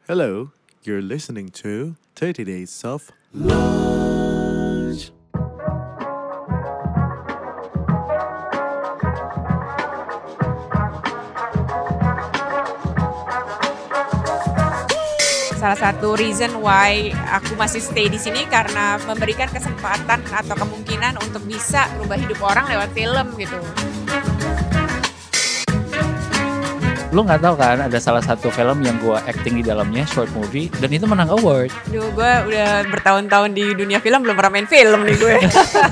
Hello, you're listening to 30 Days of Lunch. Salah satu reason why aku masih stay di sini karena memberikan kesempatan atau kemungkinan untuk bisa rubah hidup orang lewat film gitu. Lu nggak tahu kan ada salah satu film yang gue acting di dalamnya, short movie, dan itu menang award. Duh, gue udah bertahun-tahun di dunia film belum pernah main film nih gue.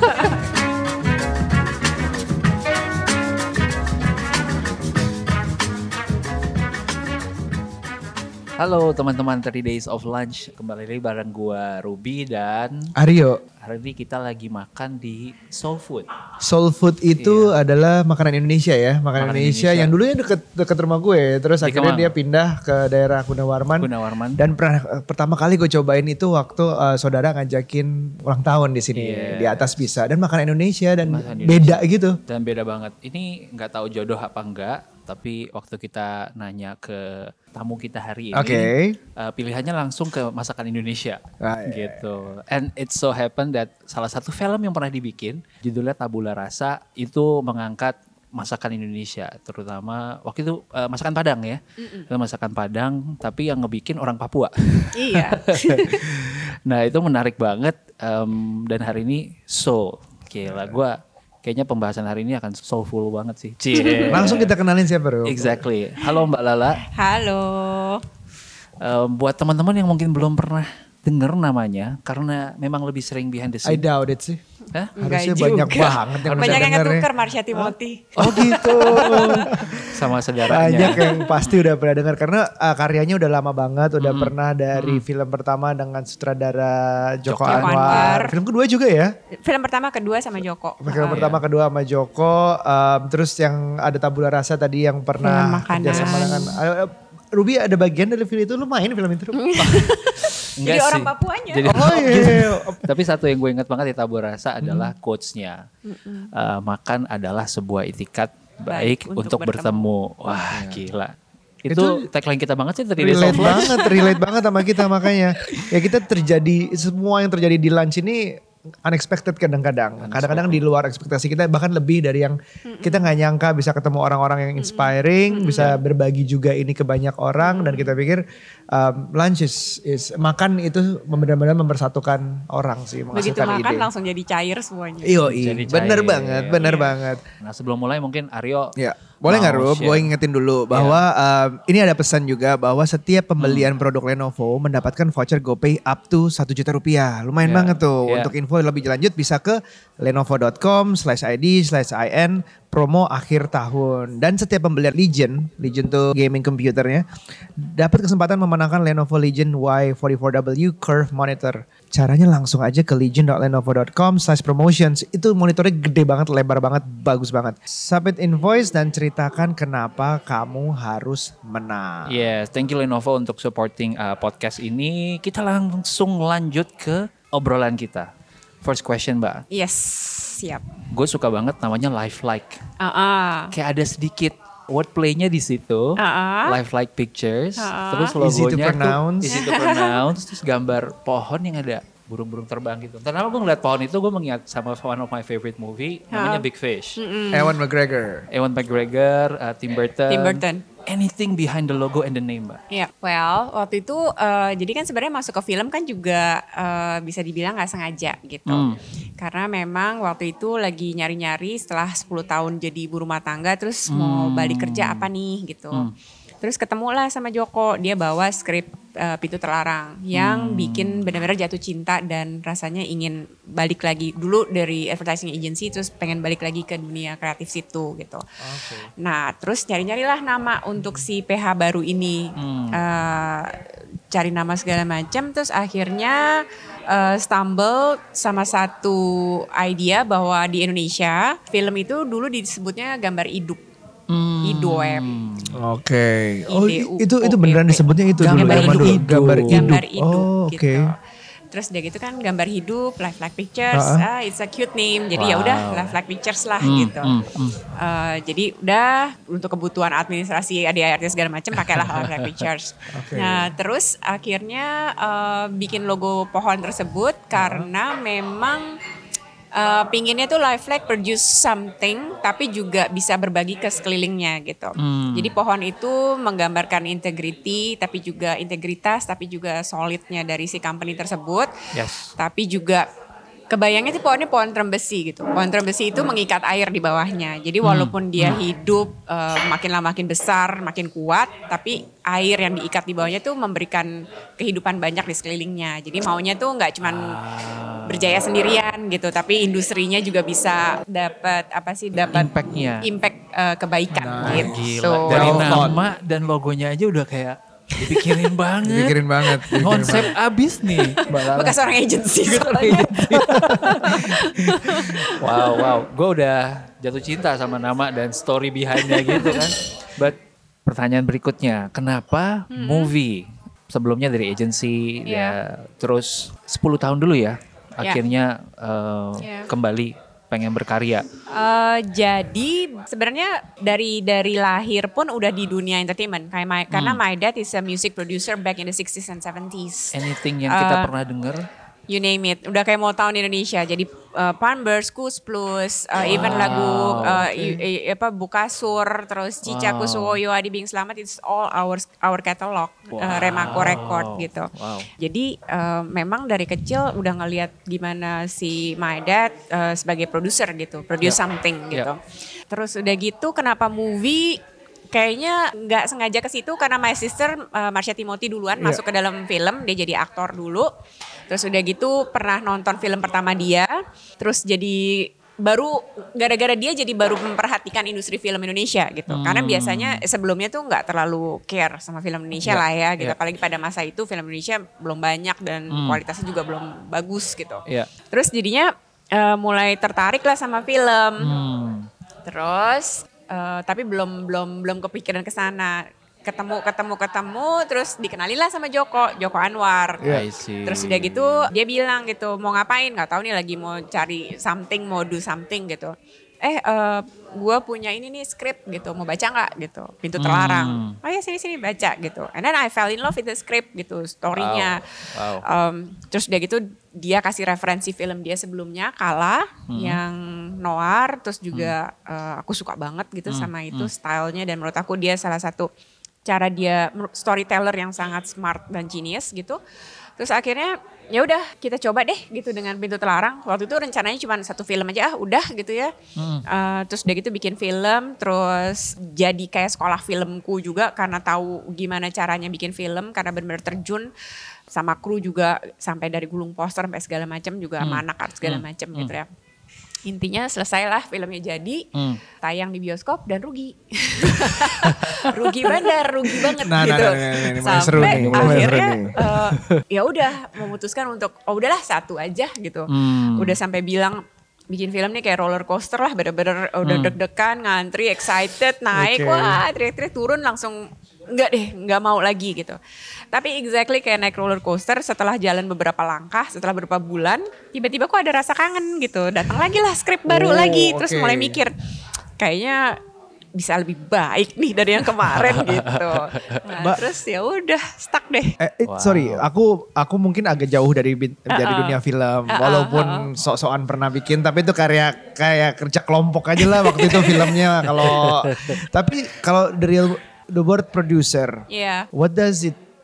Halo teman-teman 30 Days of Lunch, kembali lagi bareng gue Ruby dan Aryo. hari ini kita lagi makan di Soul Food. Soul food itu adalah makanan Indonesia ya, makanan Indonesia yang dulunya deket rumah gue, terus Di akhirnya Kemang. dia pindah ke daerah Gunawarman. Dan pertama kali gue cobain itu waktu saudara ngajakin ulang tahun di sini di atas bisa, dan makanan Indonesia dan Makanan beda gitu. Dan beda banget. Ini nggak tahu jodoh apa enggak, tapi waktu kita nanya ke tamu kita hari ini, pilihannya langsung ke masakan Indonesia, gitu. And it so happen that salah satu film yang pernah dibikin, judulnya Tabula Rasa, itu mengangkat masakan Indonesia, terutama waktu itu masakan Padang ya, masakan Padang, tapi yang ngebikin orang Papua. Iya. Nah itu menarik banget, dan hari ini soul, gila gue. Kayaknya pembahasan hari ini akan soulful banget sih. Langsung kita kenalin siapa bro? Exactly. Halo Mbak Lala. Halo. Buat teman-teman yang mungkin belum pernah dengar namanya, karena memang lebih sering behind the I scene. doubt it sih. Hah? Harusnya Enggak banyak juga. banget yang Banyak yang denger ya. ngetuker Marsha Timothy. Oh gitu. Sama saudaranya. Banyak yang pasti udah pernah dengar karena karyanya udah lama banget, udah pernah dari film pertama dengan sutradara Joko Anwar. Film kedua juga ya? Film pertama, kedua sama Joko. Film pertama, kedua sama Joko, terus yang ada Tabula Rasa tadi yang pernah kerjasama dengan Ruby, ada bagian dari film itu, lu main film itu? Enggak Jadi sih. orang Papuanya. Jadi Tapi satu yang gue ingat banget di Tabula Rasa adalah quotes-nya. Makan adalah sebuah itikat baik untuk bertemu. Wah gila. Itu tagline kita banget sih tadi. Relate banget sama kita, makanya. Ya kita semua yang terjadi di lunch ini unexpected kadang-kadang. Kadang-kadang di luar ekspektasi kita, bahkan lebih dari yang kita gak nyangka bisa ketemu orang-orang yang inspiring, bisa berbagi juga ini ke banyak orang, dan kita pikir lunch is makan itu benar-benar mempersatukan orang sih, Begitu menghasilkan makan ide. langsung jadi cair semuanya. Bener banget. Nah sebelum mulai mungkin Aryo. Ya. Boleh nggak Rub? Gue ingetin dulu bahwa ini ada pesan juga bahwa setiap pembelian produk Lenovo mendapatkan voucher GoPay up to 1 juta rupiah. Lumayan banget tuh. Untuk info lebih lanjut bisa ke lenovo.com/id/in promo akhir tahun. Dan setiap pembelian Legion tuh gaming komputernya, dapat kesempatan memenangkan Lenovo Legion Y44W Curve Monitor. Caranya langsung aja ke legion.lenovo.com/promotions. Itu monitornya gede banget, lebar banget, bagus banget. Submit invoice dan ceritakan kenapa kamu harus menang. Yes, thank you Lenovo untuk supporting podcast ini. Kita langsung lanjut ke obrolan kita. First question Mbak. Yes, siap. Gue suka banget namanya Lifelike. Kayak ada sedikit wordplay-nya di situ. Lifelike pictures. Terus logonya Easy to pronounce. Easy to pronounce. Terus gambar pohon yang ada burung-burung terbang gitu. Karena gue ngeliat pohon itu gue mengingat sama one of my favorite movie namanya Big Fish. Ewan McGregor, Tim Burton. Anything behind the logo and the name, Mbak? Ya, well waktu itu jadi kan sebenarnya masuk ke film kan juga bisa dibilang gak sengaja gitu. Karena memang waktu itu lagi nyari-nyari setelah 10 tahun jadi ibu rumah tangga, terus mau balik kerja apa nih gitu. Terus ketemulah sama Joko, dia bawa skrip Pintu Terlarang yang bikin benar-benar jatuh cinta dan rasanya ingin balik lagi dulu dari advertising agency, terus pengen balik lagi ke dunia kreatif situ gitu. Nah terus nyari-nyarilah nama untuk si PH baru ini, cari nama segala macam, terus akhirnya stumble sama satu idea bahwa di Indonesia film itu dulu disebutnya gambar hidup. IDOEP. Oke. Oh, itu beneran disebutnya itu dulu. Gambar hidup. Gambar hidup. Oh, oke. Terus dia gitu kan gambar hidup, Life Like Pictures, it's a cute name. Jadi ya udah Life Like Pictures lah gitu. Jadi udah untuk kebutuhan administrasi ADART segala macam pakailah Life Like Pictures. Nah terus akhirnya bikin logo pohon tersebut karena memang pinginnya tuh Life Like produce something tapi juga bisa berbagi ke sekelilingnya gitu. Jadi pohon itu menggambarkan integrity tapi juga integritas tapi juga solidnya dari si company tersebut. Tapi juga kebayangnya sih pohonnya pohon trembesi gitu. Pohon trembesi itu mengikat air di bawahnya. Jadi walaupun dia hidup makin lama makin besar, makin kuat, tapi air yang diikat di bawahnya tuh memberikan kehidupan banyak di sekelilingnya. Jadi maunya tuh nggak cuman berjaya sendirian gitu, tapi industrinya juga bisa dapat impactnya, kebaikan gitu. Gila. Dari nama dan logonya aja udah kayak dipikirin banget. Konsep abis nih. Bekas orang agency. Wow. Gue udah jatuh cinta sama nama dan story behind-nya gitu kan. But pertanyaan berikutnya, kenapa movie? Sebelumnya dari agency, ya terus 10 tahun dulu ya. Akhirnya kembali pengen berkarya. Jadi sebenarnya dari lahir pun udah di dunia entertainment. Karena my dad is a music producer back in the 60s and 70s. Anything yang kita pernah dengar? You name it. Udah kayak Motown Indonesia. Jadi Panbers, Kus Plus, even lagu Bukasur, terus Cica Kusuwoyo, Adi Bing Slamet, it's all our catalog, Remako Record gitu. Jadi memang dari kecil udah ngelihat gimana si my dad sebagai produser gitu, produce something gitu. Terus udah gitu kenapa movie? Kayaknya nggak sengaja ke situ karena my sister Marsha Timothy duluan masuk ke dalam film, dia jadi aktor dulu. Terus udah gitu pernah nonton film pertama dia, terus jadi baru gara-gara dia jadi baru memperhatikan industri film Indonesia gitu. Karena biasanya sebelumnya tuh nggak terlalu care sama film Indonesia lah ya gitu. Apalagi pada masa itu film Indonesia belum banyak dan kualitasnya juga belum bagus gitu. Terus jadinya mulai tertarik lah sama film. Terus tapi belum kepikiran ke sana. Ketemu terus dikenalilah sama Joko Anwar. Terus udah gitu dia bilang gitu mau ngapain, nggak tahu nih lagi mau cari something, mau do something gitu. Gue punya ini nih skrip gitu, mau baca nggak gitu, Pintu Terlarang. Oh ya sini baca gitu. And then I fell in love with the script gitu, storynya. Terus udah gitu dia kasih referensi film dia sebelumnya Kala yang noir, terus juga aku suka banget gitu sama itu stylenya, dan menurut aku dia salah satu cara dia storyteller yang sangat smart dan genius gitu. Terus akhirnya ya udah kita coba deh gitu dengan Pintu Terlarang. Waktu itu rencananya cuma satu film aja udah gitu ya. Terus udah gitu bikin film, terus jadi kayak sekolah filmku juga karena tahu gimana caranya bikin film, karena benar-benar terjun sama kru juga sampai dari gulung poster sampai segala macam juga sama anak art segala macam gitu ya. Intinya selesailah filmnya jadi, tayang di bioskop dan rugi. rugi banget gitu. Sampai akhirnya ya udah memutuskan untuk udahlah satu aja gitu. Udah sampai bilang bikin film nih kayak roller coaster lah, bener-bener udah deg-degan, ngantri, excited, naik, wah teriak-teriak, turun langsung nggak mau lagi gitu. Tapi exactly kayak naik roller coaster, setelah jalan beberapa langkah, setelah beberapa bulan, tiba-tiba kok ada rasa kangen gitu. Datang lagi lah skrip baru lagi, terus mulai mikir kayaknya bisa lebih baik nih dari yang kemarin gitu. Nah, terus ya udah stuck deh. Sorry, aku mungkin agak jauh dari dunia film, walaupun sok-sokan pernah bikin, tapi itu kayak kerja kelompok aja lah waktu itu filmnya. Tapi kalau dari the word producer, what does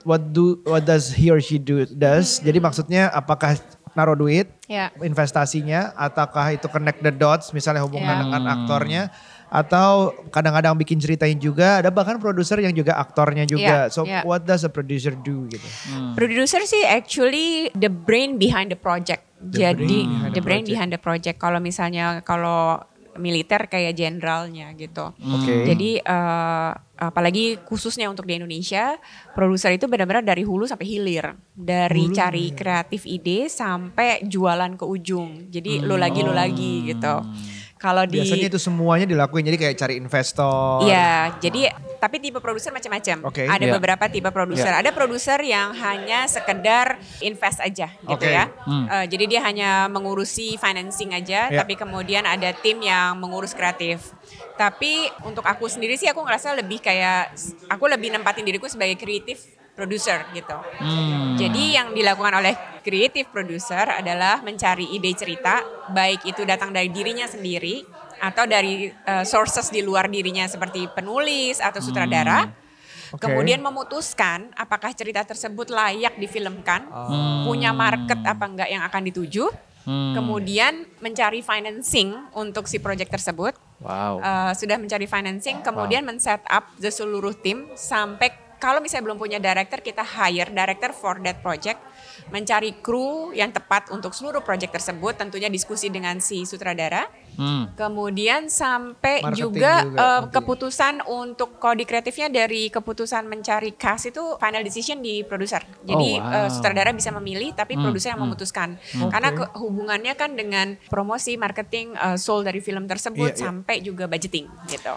he or she does? Jadi maksudnya apakah naruh duit, investasinya, ataukah itu connect the dots, misalnya hubungan dengan aktornya, atau kadang-kadang bikin ceritain juga, ada bahkan produser yang juga aktornya juga. What does a producer do gitu? Producer sih actually the brain behind the project. The brain behind the project. Kalau misalnya militer kayak jenderalnya gitu. Jadi apalagi khususnya untuk di Indonesia, produser itu benar-benar dari hulu sampai hilir. Dari cari kreatif ide sampai jualan ke ujung. Jadi lu lagi gitu. Kalau biasanya itu semuanya dilakuin, jadi kayak cari investor. Iya, jadi tapi tipe produser macam-macam. Okay. Ada beberapa tipe produser. Ada produser yang hanya sekedar invest aja gitu ya. Jadi dia hanya mengurusi financing aja, tapi kemudian ada tim yang mengurus kreatif. Tapi untuk aku sendiri sih aku ngerasa lebih kayak aku lebih nempatin diriku sebagai creative producer gitu. Jadi yang dilakukan oleh creative producer adalah mencari ide cerita, baik itu datang dari dirinya sendiri atau dari sources di luar dirinya seperti penulis atau sutradara. Kemudian memutuskan apakah cerita tersebut layak difilmkan, punya market apa enggak yang akan dituju. Kemudian mencari financing untuk si project tersebut. Sudah mencari financing, kemudian men-set up the seluruh tim sampai kalau misalnya belum punya director, kita hire director for that project, mencari kru yang tepat untuk seluruh project tersebut, tentunya diskusi dengan si sutradara. Kemudian sampai juga keputusan untuk kode kreatifnya dari keputusan mencari cast itu final decision di produser. Jadi sutradara bisa memilih, tapi produser yang memutuskan. Karena hubungannya kan dengan promosi, marketing, soul dari film tersebut sampai juga budgeting gitu.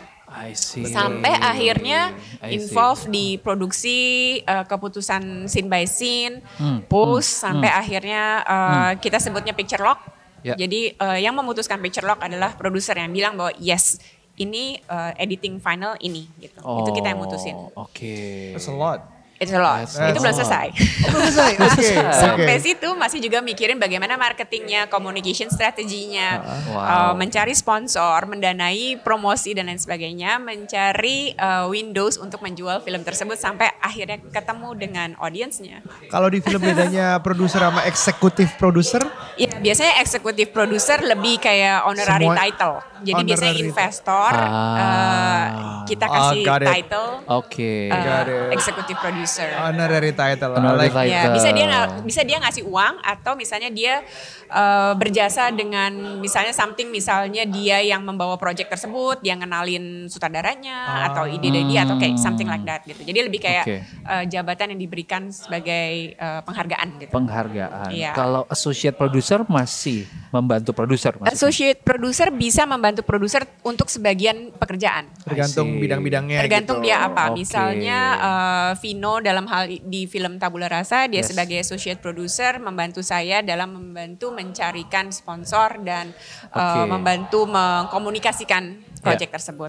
Sampai akhirnya involve di produksi, keputusan scene by scene, post sampai akhirnya kita sebutnya picture lock. Jadi yang memutuskan picture lock adalah produser yang bilang bahwa yes, ini editing final ini gitu. Itu kita yang mutusin. That's a lot. It's a lot. Itu belum selesai. Belum selesai. Sampai situ masih juga mikirin bagaimana marketingnya, communication strateginya, mencari sponsor, mendanai promosi dan lain sebagainya, mencari windows untuk menjual film tersebut sampai akhirnya ketemu dengan audiensnya. Kalau di film bedanya produser sama eksekutif produser? Ya biasanya eksekutif produser lebih kayak honorary title. Jadi biasanya investor kita kasih title. Eksekutif producer. Honorary title. Ya, bisa dia ngasih uang atau misalnya dia berjasa dengan misalnya misalnya dia yang membawa project tersebut, dia ngenalin sutradaranya atau ide dia atau kayak something like that gitu. Jadi lebih kayak jabatan yang diberikan sebagai penghargaan gitu. Kalau associate producer masih membantu produser. Associate producer bisa membantu produser untuk sebagian pekerjaan. Tergantung bidang-bidangnya. Tergantung dia apa. Misalnya Vino dalam hal di film Tabula Rasa dia sebagai associate producer membantu saya dalam membantu mencarikan sponsor dan membantu mengkomunikasikan proyek tersebut.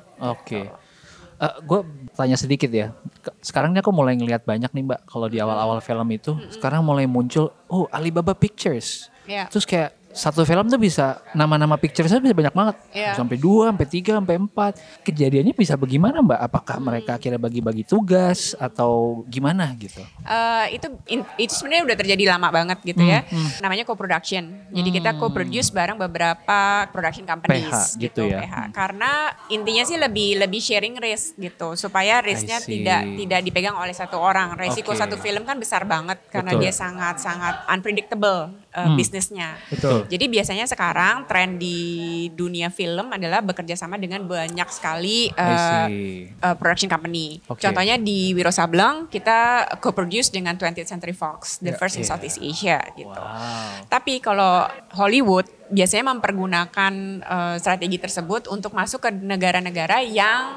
Gue tanya sedikit ya. Sekarang ini aku mulai ngelihat banyak nih Mbak. Kalau di awal-awal film itu sekarang mulai muncul Alibaba Pictures. Terus kayak satu film tuh bisa nama-nama picture-nya bisa banyak banget. Sampai 2, sampai 3, sampai 4. Kejadiannya bisa bagaimana Mbak? Apakah mereka akhirnya bagi-bagi tugas atau gimana gitu? Itu sebenarnya udah terjadi lama banget gitu ya. Namanya co-production. Jadi kita co-produce bareng beberapa production companies PH, gitu ya. PH. Karena intinya sih lebih sharing risk gitu. Supaya risknya tidak dipegang oleh satu orang. Resiko satu film kan besar banget karena dia sangat-sangat unpredictable bisnisnya. Jadi biasanya sekarang tren di dunia film adalah bekerja sama dengan banyak sekali production company. Contohnya di Wiro Sableng kita co-produce dengan 20th Century Fox, the first in Southeast Asia gitu. Tapi kalau Hollywood biasanya mempergunakan strategi tersebut untuk masuk ke negara-negara yang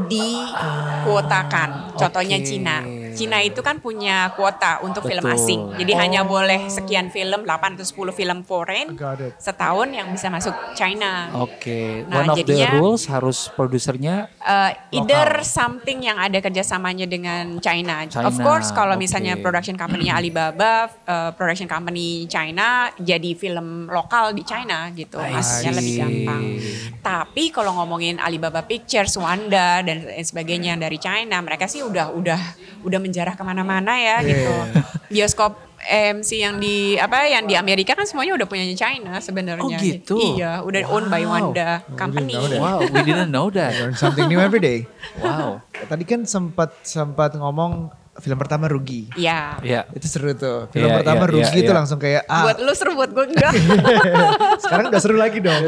dikuotakan. Contohnya Cina. Cina itu kan punya kuota untuk film asing. Jadi hanya boleh sekian film, 8 atau 10 film foreign setahun yang bisa masuk China. One of the rules harus produsernya either something yang ada kerjasamanya dengan China. Of course kalau misalnya production company-nya Alibaba, production company China jadi film lokal di China gitu. Masuknya lebih gampang. Tapi kalau ngomongin Alibaba Pictures, Wanda dan sebagainya dari China, mereka sih udah menjarah kemana-mana ya gitu. Bioskop AMC yang di Amerika kan semuanya udah punyanya China sebenarnya. Gitu. Iya, udah owned by Wanda Company. Wow, we didn't know that. Learn something new every day. Wow. Tadi kan sempat ngomong film pertama rugi. Iya. Itu seru tuh. Film pertama rugi itu langsung kayak buat lu seru, buat gue enggak. Sekarang udah seru lagi dong.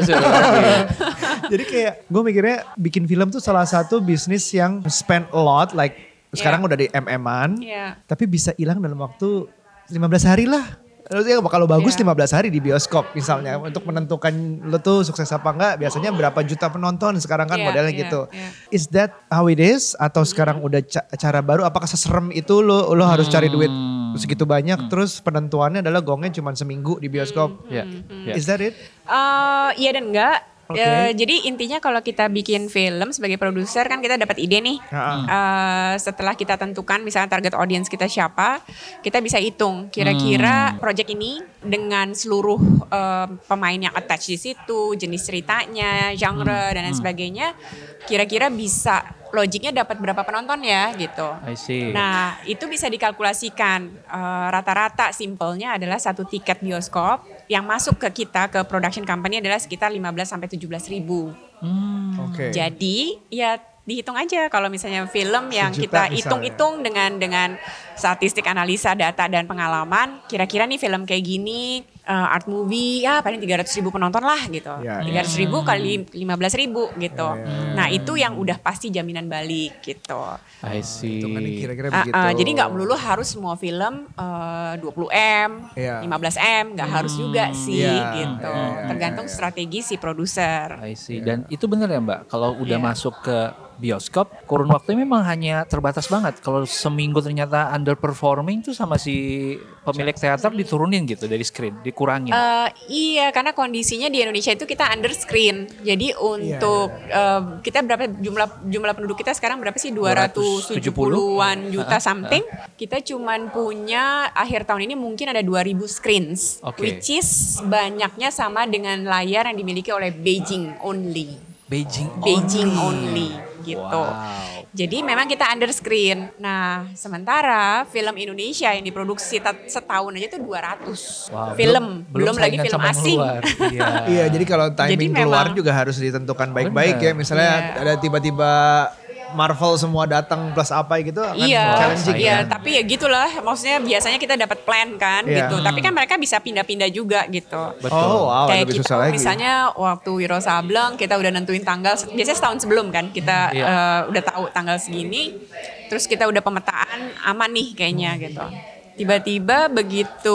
Jadi kayak gue mikirnya bikin film tuh salah satu bisnis yang spend a lot sekarang udah di MM-an. Tapi bisa hilang dalam waktu 15 hari lah. Kalau bagus 15 hari di bioskop misalnya untuk menentukan lo tuh sukses apa enggak, biasanya berapa juta penonton sekarang kan modelnya gitu. Is that how it is atau sekarang udah cara baru? Apakah seserem itu lo harus cari duit segitu banyak terus penentuannya adalah gongnya cuma seminggu di bioskop? Is that it? Iya dan enggak. Jadi intinya kalau kita bikin film sebagai produser kan kita dapat ide nih. Setelah kita tentukan misalnya target audience kita siapa, kita bisa hitung kira-kira project ini dengan seluruh pemain yang attach di situ, jenis ceritanya, genre dan lain sebagainya, kira-kira bisa logiknya dapat berapa penonton ya gitu. I see. Nah itu bisa dikalkulasikan. Rata-rata simpelnya adalah satu tiket bioskop yang masuk ke kita ke production company adalah sekitar 15 sampai 17 ribu. Jadi ya dihitung aja kalau misalnya film yang kita hitung-hitung dengan statistik analisa data dan pengalaman, kira-kira nih film kayak gini art movie ya paling 300 ribu penonton lah gitu. 300 ribu kali 15 ribu gitu. Nah itu yang udah pasti jaminan balik gitu. I see. Kira-kira begitu. Jadi gak melulu harus semua film 20M, 15M, gak harus juga sih gitu. Tergantung strategi si produser. I see. Dan itu benar ya Mbak, kalau udah masuk ke bioskop, kurun waktunya memang hanya terbatas banget. Kalau seminggu ternyata underperforming tuh sama si pemilik teater diturunin gitu dari screen, dikurangin. Iya, karena kondisinya di Indonesia itu kita under screen. Jadi untuk kita berapa jumlah penduduk kita sekarang berapa sih? 270-an juta something. Kita cuman punya akhir tahun ini mungkin ada 2.000 screens, which is banyaknya sama dengan layar yang dimiliki oleh Beijing only. Beijing only gitu. Wow. Jadi memang kita under screen. Nah, sementara film Indonesia yang diproduksi setahun aja tuh 200 film, belum lagi film asing. Iya, jadi kalau timing keluar juga harus ditentukan baik-baik ya. Misalnya ada tiba-tiba Marvel semua datang plus apa gitu kan challenging. Iya, tapi ya gitulah. Maksudnya biasanya kita dapat plan kan gitu. Tapi kan mereka bisa pindah-pindah juga gitu. Betul. Kayak lebih susah lagi. Misalnya waktu Wiro Sableng kita udah nentuin tanggal, biasanya setahun sebelum kan kita udah tahu tanggal segini. Terus kita udah pemetaan aman nih kayaknya gitu. Tiba-tiba begitu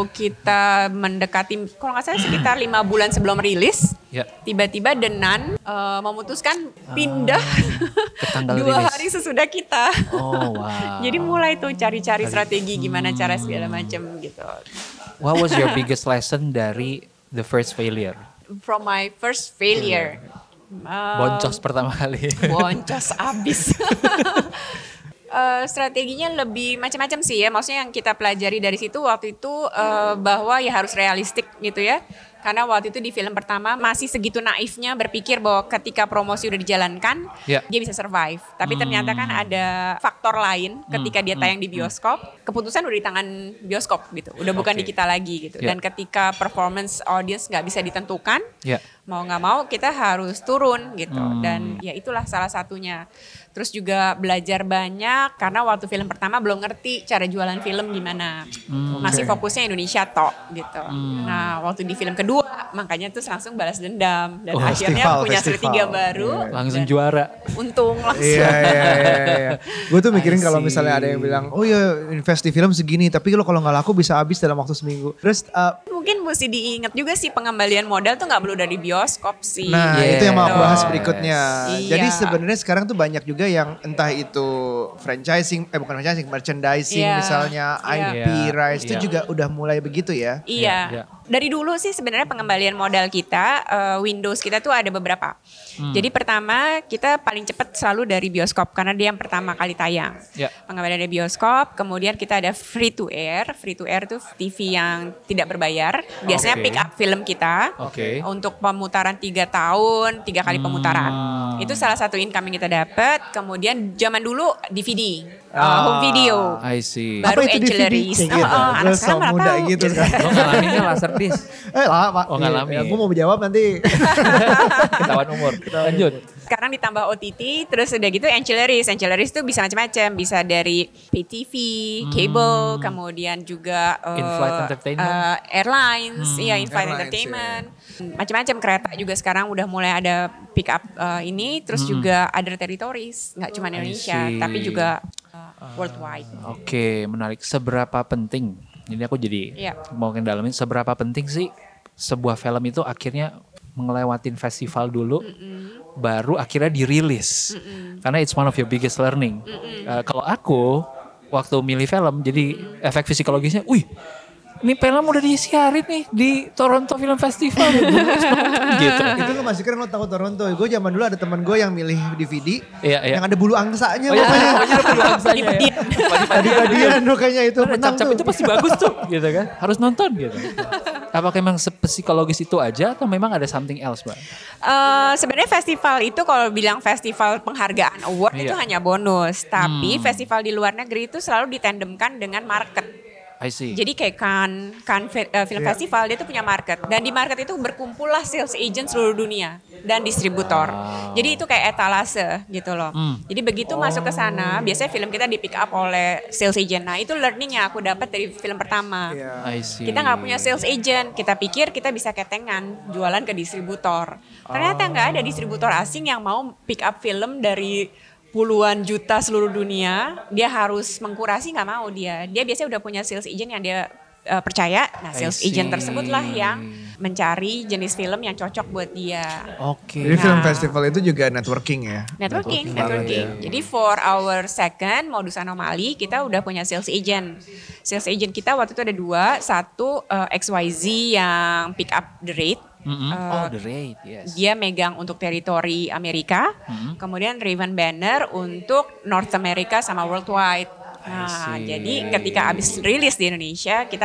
kita mendekati, kalau nggak salah sekitar 5 bulan sebelum rilis, tiba-tiba Denan memutuskan pindah ke tanggal 2 rilis. hari sesudah kita. Oh wow. Jadi mulai tuh cari-cari strategi gimana cara segala macam gitu. What was your biggest lesson dari the first failure? From my first failure. Boncos pertama kali. Boncos abis. Strateginya lebih macam-macam sih ya. Maksudnya yang kita pelajari dari situ waktu itu bahwa ya harus realistik gitu ya. Karena waktu itu di film pertama masih segitu naifnya berpikir bahwa ketika promosi udah dijalankan dia bisa survive. Tapi ternyata kan ada faktor lain ketika dia tayang di bioskop. Keputusan udah di tangan bioskop gitu. Udah bukan di kita lagi gitu. Dan ketika performance audience gak bisa ditentukan, mau gak mau kita harus turun gitu. Dan ya itulah salah satunya. Terus juga belajar banyak karena waktu film pertama belum ngerti cara jualan film gimana. Masih fokusnya Indonesia tok gitu. Nah waktu di film kedua makanya terus langsung balas dendam. Dan akhirnya punya strategi baru. Langsung juara. Untung langsung. Iya. Gue tuh mikirin kalau misalnya ada yang bilang, oh ya invest di film segini. Tapi lo kalau gak laku bisa habis dalam waktu seminggu. Terus mungkin mesti diingat juga sih pengembalian modal tuh gak perlu dari bioskop sih. Nah itu yang mau aku bahas berikutnya. Iya. Jadi sebenarnya sekarang tuh banyak juga yang entah itu merchandising misalnya IP rights itu juga udah mulai begitu ya. Iya. Dari dulu sih sebenarnya pengembalian modal kita Windows kita tuh ada beberapa. Jadi pertama kita paling cepat selalu dari bioskop karena dia yang pertama kali tayang. Pengembalian dari bioskop, kemudian kita ada free to air. Free to air tuh TV yang tidak berbayar. Biasanya pick up film kita untuk pemutaran 3 tahun, 3 kali pemutaran. Itu salah satu income yang kita dapat. Kemudian zaman dulu DVD, home video. I see. Baru apa itu ancillaries. DVD? Anak sekarang mana muda tahu. gitu kan. Lo ngalaminnya Laserdisc? Lama. Oh ngalamin. Aku mau menjawab nanti. Ketahuan umur. Lanjut. Sekarang ditambah OTT, terus udah gitu ancillaries. Ancillaries tuh bisa macam-macam. Bisa dari pay TV, cable, kemudian juga in-flight entertainment. Airlines, in-flight entertainment. Macam-macam kereta juga sekarang udah mulai ada pick up ini. Terus juga other territories, nggak cuma Indonesia, tapi juga worldwide. Oke, menarik. Seberapa penting Ini aku jadi mau ngedalamin seberapa penting sih sebuah film itu akhirnya ngelewatin festival dulu, baru akhirnya dirilis. Karena it's one of your biggest learning. Kalau aku waktu milih film, jadi efek psikologisnya, ini film udah disiarin nih di Toronto Film Festival gitu. Itu lo masih keren lo tahu Toronto. Gue zaman dulu ada teman gue yang milih DVD yang ada bulu angsanya makanya. Bulu angsanya ya. Padi-padian kayaknya itu menang Cap-cap tuh. itu pasti bagus tuh gitu kan. Harus nonton gitu. Apakah memang psikologis itu aja atau memang ada something else, Mbak? Sebenarnya festival itu kalau bilang festival penghargaan award itu hanya bonus. Tapi festival di luar negeri itu selalu ditandemkan dengan market. I see. Jadi kayak Cannes Film Festival dia tuh punya market. Dan di market itu berkumpullah sales agent seluruh dunia dan distributor. Jadi itu kayak etalase gitu loh. Jadi begitu masuk ke sana, biasanya film kita di pick up oleh sales agent. Nah itu learning yang aku dapat dari film pertama. I see. Kita nggak punya sales agent, kita pikir kita bisa ketengan jualan ke distributor. Ternyata nggak ada distributor asing yang mau pick up film dari puluhan juta seluruh dunia, dia harus mengkurasi, nggak mau dia biasanya udah punya sales agent yang dia percaya. Nah sales agent tersebutlah yang mencari jenis film yang cocok buat dia. Oke. Jadi film festival itu juga networking ya? Networking. Jadi for our second Modus Anomaly kita udah punya sales agent. Sales agent kita waktu itu ada 2, satu XYZ yang pick up the rate. The rate, yes. Dia megang untuk teritori Amerika, kemudian Raven Banner untuk North America sama worldwide. Nah, jadi ketika abis rilis di Indonesia, kita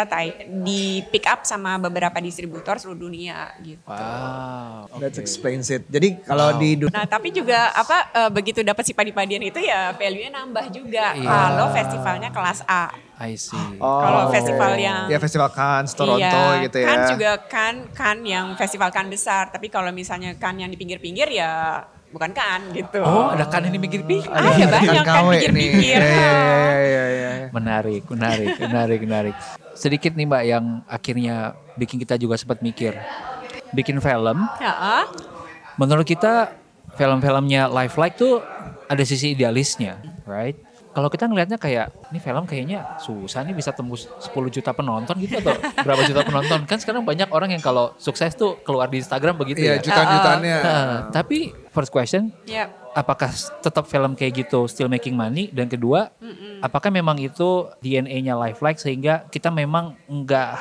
di pick up sama beberapa distributor seluruh dunia gitu. Wow. That explains it. Jadi kalau di Nah, tapi juga begitu dapat si padi-padian itu ya value-nya nambah juga. Kalau festivalnya kelas A. I see. Kalau festival yang ya festival Cannes, Toronto gitu ya. Cannes juga kan yang festival Cannes besar, tapi kalau misalnya Cannes yang di pinggir-pinggir ya bukan Cannes gitu. Oh, ada kan ini pinggir-pinggir. Ada banyak kan pinggir-pinggir. Iya. Menarik. Sedikit nih Mbak yang akhirnya bikin kita juga sempat mikir. Bikin film. Menurut kita film-filmnya Lifelike tuh ada sisi idealisnya, right? Kalau kita ngelihatnya kayak, ini film kayaknya susah nih bisa tembus 10 juta penonton gitu atau berapa juta penonton. Kan sekarang banyak orang yang kalau sukses tuh keluar di Instagram begitu ya. Iya, jutaan-jutaannya. Tapi first question, apakah tetap film kayak gitu still making money? Dan kedua, apakah memang itu DNA-nya Lifelike sehingga kita memang enggak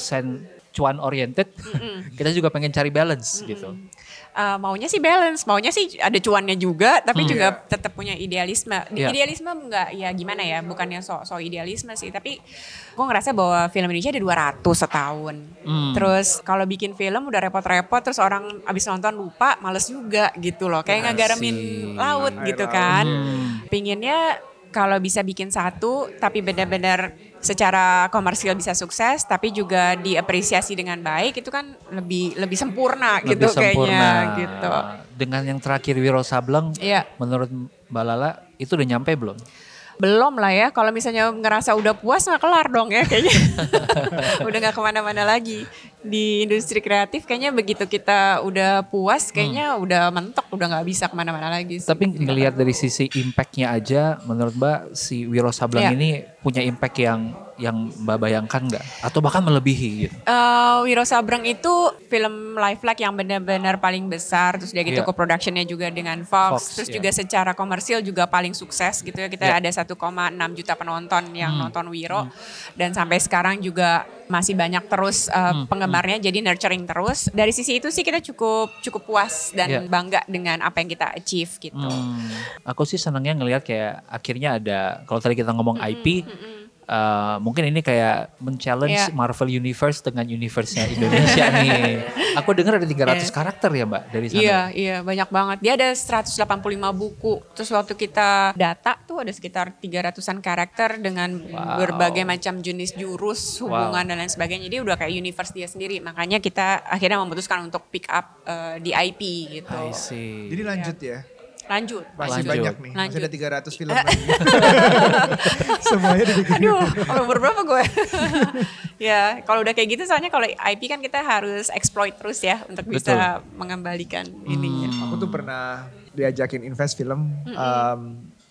100% cuan oriented, kita juga pengen cari balance gitu. Maunya sih balance, maunya sih ada cuannya juga, tapi juga tetap punya idealisme. Idealisme enggak ya gimana ya, bukannya so idealisme sih, tapi gue ngerasa bahwa film Indonesia ada 200 setahun. Terus kalau bikin film udah repot-repot, terus orang abis nonton lupa, males juga gitu loh, kayak ngagaremin laut gitu kan. Pinginnya kalau bisa bikin satu, tapi benar-benar secara komersial bisa sukses, tapi juga diapresiasi dengan baik, itu kan lebih sempurna gitu kayaknya gitu. Dengan yang terakhir Wiro Sableng, menurut Mbak Lala itu udah nyampe belum? Belum lah ya, kalau misalnya ngerasa udah puas mah kelar dong ya kayaknya. Udah gak kemana-mana lagi. Di industri kreatif kayaknya begitu kita udah puas kayaknya udah mentok, udah gak bisa kemana-mana lagi. Tapi ngelihat dari sisi impactnya aja, menurut Mbak si Wiro Sableng ini punya impact yang Mbak bayangkan gak? Atau bahkan melebihi gitu? Wiro Sableng itu film Lifelike yang benar-benar paling besar, terus dia gitu co-productionnya juga dengan Fox terus juga secara komersil juga paling sukses gitu ya. Kita ada 1,6 juta penonton yang nonton Wiro, dan sampai sekarang juga masih banyak terus penggemarnya, jadi nurturing terus. Dari sisi itu sih kita cukup puas dan bangga dengan apa yang kita achieve gitu. Aku sih senangnya ngelihat kayak akhirnya ada, kalau tadi kita ngomong IP, mungkin ini kayak men-challenge Marvel Universe dengan universe-nya Indonesia nih. Aku dengar ada 300 karakter ya Mbak dari sana. Iya, banyak banget. Dia ada 185 buku. Terus waktu kita data tuh ada sekitar 300-an karakter dengan berbagai macam jenis jurus, hubungan dan lain sebagainya. Jadi udah kayak universe dia sendiri. Makanya kita akhirnya memutuskan untuk pick up di IP gitu. I see. Jadi lanjut ya? Lanjut. Masih banyak nih, masih ada 300 film lagi. Semuanya aduh, umur berapa gue? Ya, kalau udah kayak gitu soalnya kalau IP kan kita harus exploit terus ya untuk bisa mengembalikan ininya. Aku tuh pernah diajakin invest film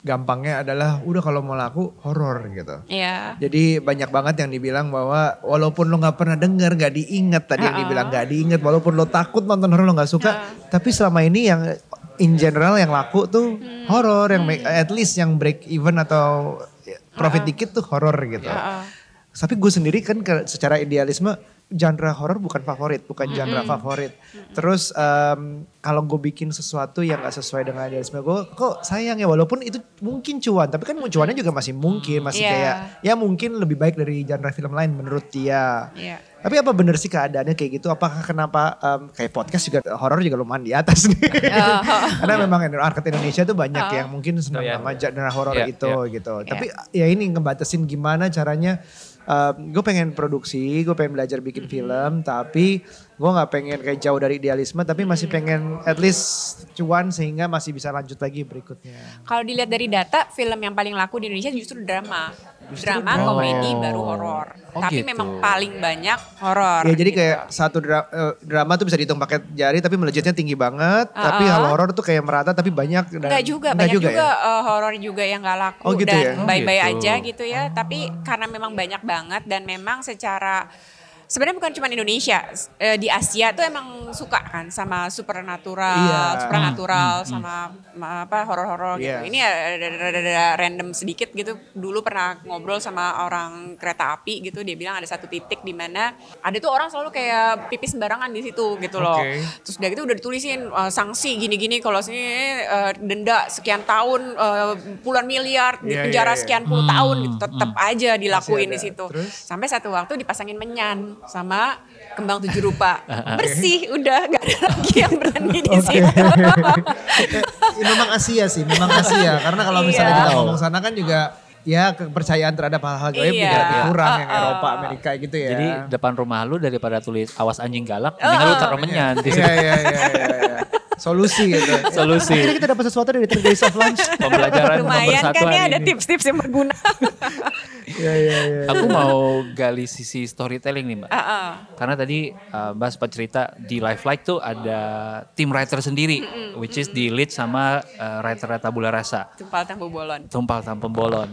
gampangnya adalah udah kalau mau laku horor gitu. Iya. Jadi banyak banget yang dibilang bahwa walaupun lo gak pernah denger, gak diinget tadi yang dibilang gak diinget, walaupun lo takut nonton horor lo gak suka, tapi selama ini yang in general yang laku tuh horor, yang at least yang break even atau profit dikit tuh horor gitu. Tapi gue sendiri kan secara idealisme genre horor bukan genre favorit. Terus kalau gue bikin sesuatu yang gak sesuai dengan idealisme gue, kok sayang ya, walaupun itu mungkin cuan, tapi kan cuannya juga masih mungkin, masih kayak ya mungkin lebih baik dari genre film lain menurut dia. Tapi apa bener sih keadaannya kayak gitu? Apakah kenapa kayak podcast juga horor juga lumayan di atas nih. Karena memang market Indonesia tuh banyak yang mungkin senang sama genre horor itu gitu. Tapi ya ini ngebatasin gimana caranya. Gue pengen produksi, gue pengen belajar bikin film, tapi gue gak pengen kayak jauh dari idealisme, tapi masih pengen at least cuan sehingga masih bisa lanjut lagi berikutnya. Kalau dilihat dari data, film yang paling laku di Indonesia justru drama. Drama, komedi, baru horor. Tapi gitu. memang paling banyak horor. Ya jadi gitu. kayak satu drama tuh bisa dihitung pakai jari, tapi melejitnya tinggi banget. Tapi kalau horor tuh kayak merata, tapi banyak. Enggak juga, banyak juga horor juga yang gak laku gitu dan ya? bye-bye gitu. aja gitu ya. Tapi karena memang banyak banget dan memang secara sebenarnya bukan cuma Indonesia, di Asia tuh emang suka kan sama supernatural, sama horor-horor gitu. Ini ada random sedikit gitu. Dulu pernah ngobrol sama orang kereta api gitu, dia bilang ada satu titik di mana ada tuh orang selalu kayak pipis sembarangan di situ gitu loh. Terus udah gitu udah ditulisin sanksi gini-gini, kalau sini denda sekian tahun, puluhan miliar, di penjara sekian puluh tahun gitu. Tetap aja dilakuin di situ. Sampai satu waktu dipasangin menyan sama kembang 7 rupa. Bersih, udah gak ada lagi yang berani di situ. Memang Asia sih, karena kalau misalnya kita ngomong sana kan juga ya kepercayaan terhadap hal-hal gaib juga lebih kurang yang Eropa, Amerika gitu ya. Jadi depan rumah lu daripada tulis awas anjing galak, mendingan lu taruh menyan di situ. Iya. Solusi gitu. Solusi. Akhirnya kita dapat sesuatu dari 3 Days of Lunch. Pembelajaran nomor Lumayan 1 kan hari ya, ada ini. tips-tips yang berguna. Iya. Aku mau gali sisi storytelling nih Mbak. Karena tadi Mbak sempat cerita di Life Like tuh ada tim writer sendiri. Which is di lead sama writer Tabula Rasa. Tumpal Tampu Bolon. Tumpal Tampu Bolon.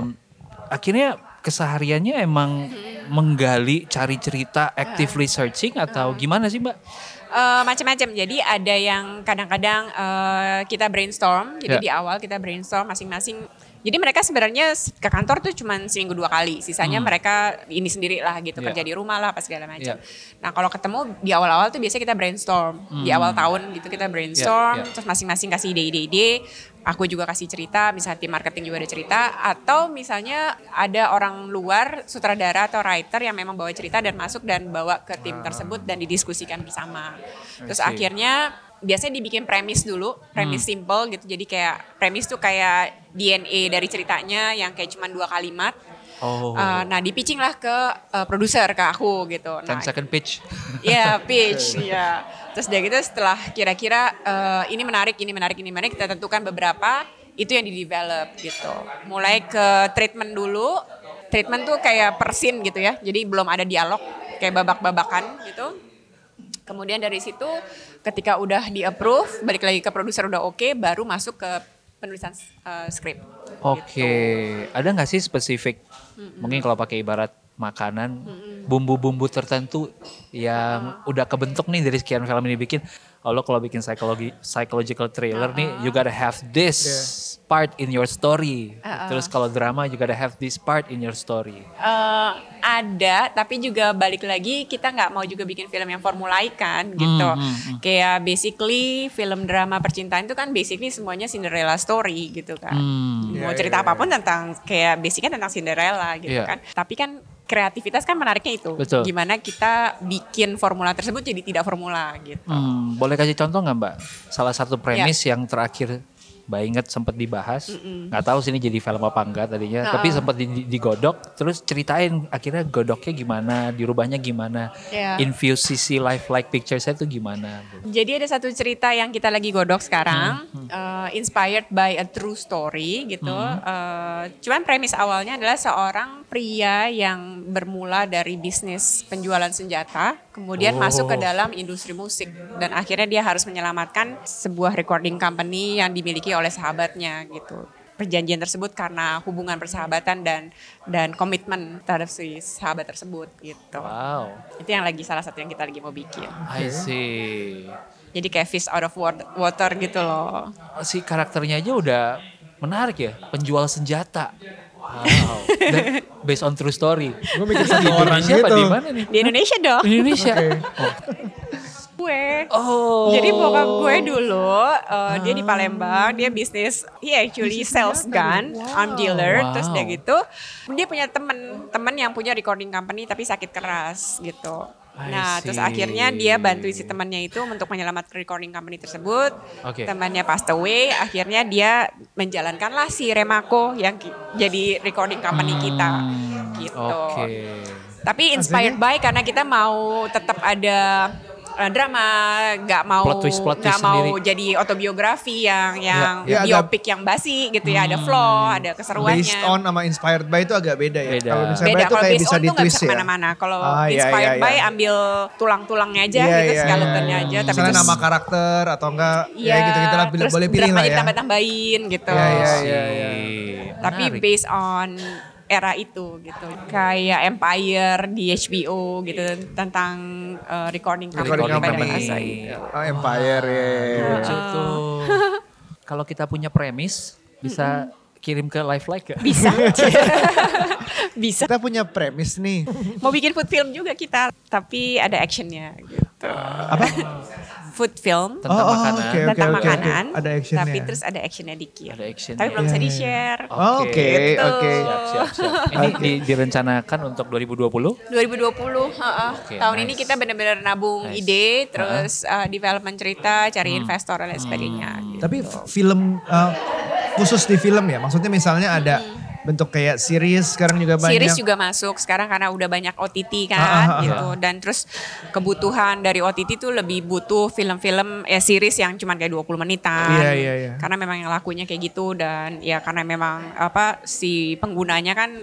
Akhirnya kesehariannya emang menggali, cari cerita, actively searching atau gimana sih Mbak? Macam-macam. Jadi ada yang kadang-kadang kita brainstorm. Jadi di awal kita brainstorm masing-masing. Jadi mereka sebenarnya ke kantor tuh cuma seminggu 2 kali. Sisanya mereka ini sendiri lah gitu. Kerja di rumah lah apa segala macam. Nah kalau ketemu di awal-awal tuh biasanya kita brainstorm. Di awal tahun gitu kita brainstorm. Terus masing-masing kasih ide-ide. Aku juga kasih cerita. Misalnya tim marketing juga ada cerita. Atau misalnya ada orang luar sutradara atau writer yang memang bawa cerita dan masuk dan bawa ke tim tersebut dan didiskusikan bersama. Terus akhirnya biasanya dibikin premis dulu, premis simple gitu. Jadi kayak premis tuh kayak DNA dari ceritanya yang kayak cuma 2 kalimat. Nah di-pitching lah ke produser, ke aku gitu. 10 second pitch. Iya, pitch. Iya. Terus dari gitu setelah kira-kira ini menarik, kita tentukan beberapa, itu yang di-develop gitu. Mulai ke treatment dulu. Treatment tuh kayak per scene gitu ya. Jadi belum ada dialog, kayak babak-babakan gitu. Kemudian dari situ ketika udah di-approve, balik lagi ke produser udah oke, baru masuk ke penulisan skrip. Oke. Ada gak sih spesifik, mungkin kalau pakai ibarat makanan, bumbu-bumbu tertentu yang udah kebentuk nih dari sekian film ini bikin, lo kalau bikin psychological thriller nih, you gotta have this part in your story. Terus kalau drama you gotta have this part in your story. Ada, tapi juga balik lagi kita nggak mau juga bikin film yang formulaikan gitu. Kayak basically film drama percintaan itu kan basically semuanya Cinderella story gitu kan. Mau cerita apapun tentang kayak basicnya tentang Cinderella gitu kan. Tapi kan kreativitas kan menariknya itu. Betul. Gimana kita bikin formula tersebut jadi tidak formula gitu. Boleh kasih contoh nggak Mbak? Salah satu premis yang terakhir Mbak inget sempat dibahas, nggak tahu sini jadi film apa enggak tadinya, tapi sempat digodok, terus ceritain akhirnya godoknya gimana, dirubahnya gimana, infuse sisi life-like picture saya itu gimana. Jadi ada satu cerita yang kita lagi godok sekarang, inspired by a true story gitu. Cuman premis awalnya adalah seorang pria yang bermula dari bisnis penjualan senjata, kemudian masuk ke dalam industri musik dan akhirnya dia harus menyelamatkan sebuah recording company yang dimiliki oleh sahabatnya gitu. perjanjian tersebut karena hubungan persahabatan dan komitmen terhadap si sahabat tersebut gitu. Wow. Itu yang salah satu yang kita lagi mau bikin. I see. Jadi kayak fish out of water gitu loh. Si karakternya aja udah menarik ya, penjual senjata. Wow. Dan based on true story. Gue mikir satu orang Indonesia apa gitu. di mana nih? Di Indonesia dong. Di Indonesia. Gue. Oh. Jadi bokap gue dulu dia di Palembang, dia bisnis, he actually sells gun, arm dealer, Wow. terus dia gitu, dia punya temen yang punya recording company tapi sakit keras gitu. Nah, I terus see. akhirnya dia bantuin si temannya itu untuk menyelamatkan recording company tersebut. Oke. Temannya passed away, akhirnya dia menjalankanlah si Remako yang jadi recording company kita gitu. Oke. Tapi inspired by karena kita mau tetap ada drama, nggak mau Plot twist nggak mau sendiri. jadi autobiografi yang Ya, agak- biopik yang basi gitu ya, ada flow, ada keseruannya. Based on sama inspired by itu agak beda ya. Beda. Kalau misalnya Beda, itu kalau kayak based bisa on tuh nggak ditwist bisa ya. kemana-mana. Kalau Iya, inspired iya, by iya. ambil tulang-tulangnya aja Iya, gitu, iya, skeletonnya iya. aja. Tapi Misalnya terus nama karakter atau enggak iya, ya gitu-gitu lah, terus boleh pilih lah dramanya ya. ditambah-tambahin gitu. Iya, iya, I iya. see. Tapi Menarik. based on era itu gitu, kayak Empire di HBO gitu tentang recording Recording company pada company. masa itu. Oh, Empire ya. Lucu tuh. Kalau kita punya premis, bisa kirim ke Live Like gak? Bisa. Bisa. Kita punya premis nih. Mau bikin food film juga kita, tapi ada actionnya gitu. Apa? Food film Tentang makanan. oke, tentang oke, makanan, Ada actionnya. tapi terus ada actionnya dikit. Ada actionnya. Tapi belum bisa Iya, iya. di-share. Oke, Gitu. oke. Siap. Ini direncanakan untuk 2020? 2020, Oke, tahun nice. ini kita benar-benar nabung Nice. ide, terus development cerita, cari investor dan lain sebagainya. Gitu. Tapi film khusus di film ya, maksudnya misalnya ada bentuk kayak series sekarang juga banyak. Series juga masuk sekarang karena udah banyak OTT kan gitu, dan terus kebutuhan dari OTT tuh lebih butuh film-film series yang cuman kayak 20 menitan. Iya. Karena memang yang lakunya kayak gitu, dan ya karena memang si penggunanya kan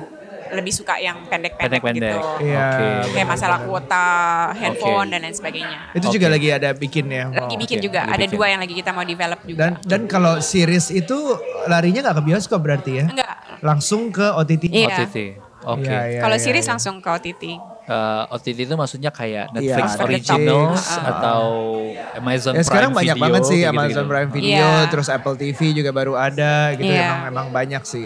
lebih suka yang pendek-pendek Pendek-pendek. gitu. Iya. Oke. Kayak masalah kuota, handphone Oke. dan lain sebagainya. Itu juga lagi ada bikin ya. Lagi bikin oke. juga, Lagi ada bikin. 2 yang lagi kita mau develop juga. Dan kalau series itu larinya nggak ke bioskop berarti ya? Enggak. Langsung ke OTT. Iya. OTT. Oke. Iya, Kalau iya, series iya. langsung ke OTT. OTT itu maksudnya kayak Iya, Netflix Netflix. Originals Ah. atau Amazon Ya sekarang Prime banyak Video, banget sih kayak Amazon gitu-gitu. Prime Video, Iya. terus Apple TV juga baru ada gitu. Iya. Emang banyak sih.